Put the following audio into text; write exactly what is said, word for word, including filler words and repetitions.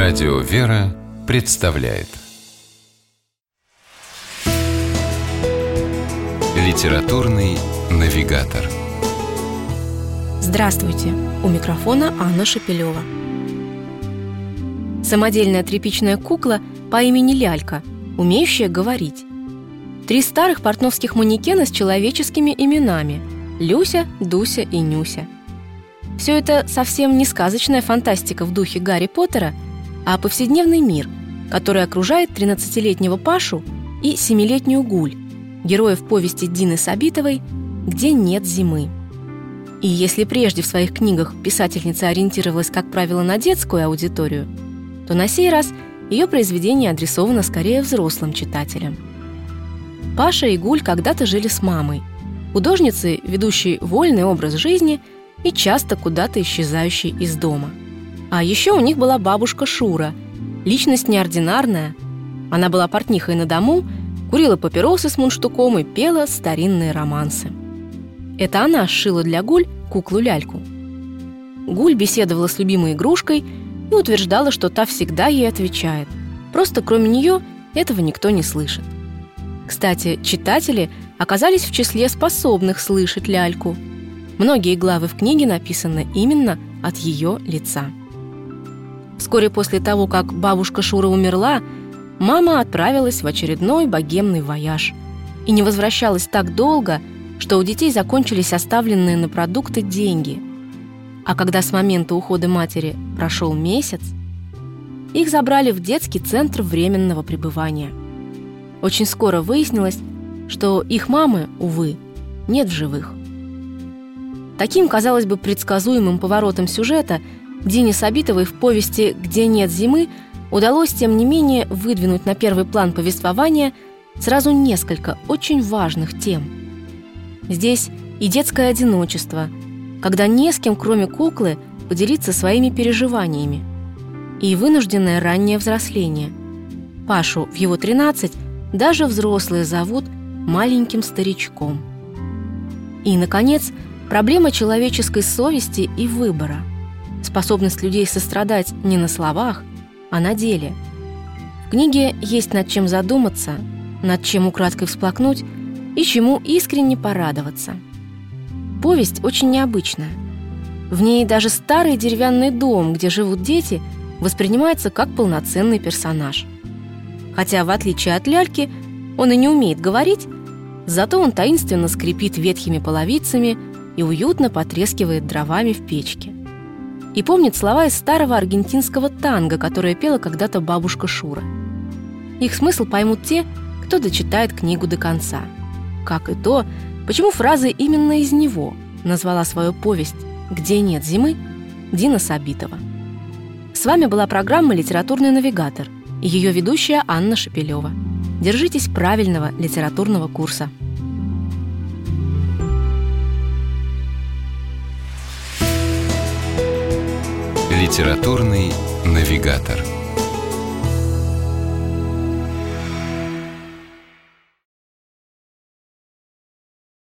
Радио «Вера» представляет Литературный навигатор. Здравствуйте! У микрофона Анна Шепелева. Самодельная тряпичная кукла по имени Лялька, умеющая говорить. Три старых портновских манекена с человеческими именами – Люся, Дуся и Нюся. Все это совсем не сказочная фантастика в духе Гарри Поттера, а повседневный мир, который окружает тринадцатилетнего Пашу и семилетнюю Гуль, героев повести Дины Сабитовой «Где нет зимы». И если прежде в своих книгах писательница ориентировалась, как правило, на детскую аудиторию, то на сей раз ее произведение адресовано скорее взрослым читателям. Паша и Гуль когда-то жили с мамой, художницей, ведущей вольный образ жизни и часто куда-то исчезающей из дома. А еще у них была бабушка Шура, личность неординарная. Она была портнихой на дому, курила папиросы с мундштуком и пела старинные романсы. Это она сшила для Гуль куклу-ляльку. Гуль беседовала с любимой игрушкой и утверждала, что та всегда ей отвечает. Просто кроме нее этого никто не слышит. Кстати, читатели оказались в числе способных слышать ляльку. Многие главы в книге написаны именно от ее лица. Вскоре после того, как бабушка Шура умерла, мама отправилась в очередной богемный вояж и не возвращалась так долго, что у детей закончились оставленные на продукты деньги. А когда с момента ухода матери прошел месяц, их забрали в детский центр временного пребывания. Очень скоро выяснилось, что их мамы, увы, нет в живых. Таким, казалось бы, предсказуемым поворотом сюжета Дине Сабитовой в повести «Где нет зимы» удалось, тем не менее, выдвинуть на первый план повествования сразу несколько очень важных тем. Здесь и детское одиночество, когда не с кем, кроме куклы, поделиться своими переживаниями, и вынужденное раннее взросление. Пашу в его тринадцать даже взрослые зовут маленьким старичком. И, наконец, проблема человеческой совести и выбора. Способность людей сострадать не на словах, а на деле. В книге есть над чем задуматься, над чем украдкой всплакнуть и чему искренне порадоваться. Повесть очень необычная. В ней даже старый деревянный дом, где живут дети, воспринимается как полноценный персонаж. Хотя, в отличие от ляльки, он и не умеет говорить, зато он таинственно скрипит ветхими половицами и уютно потрескивает дровами в печке. И помнит слова из старого аргентинского танго, которое пела когда-то бабушка Шура. Их смысл поймут те, кто дочитает книгу до конца. Как и то, почему фразы именно из него назвала свою повесть «Где нет зимы» Дина Сабитова. С вами была программа «Литературный навигатор» и ее ведущая Анна Шепелева. Держитесь правильного литературного курса. Литературный навигатор.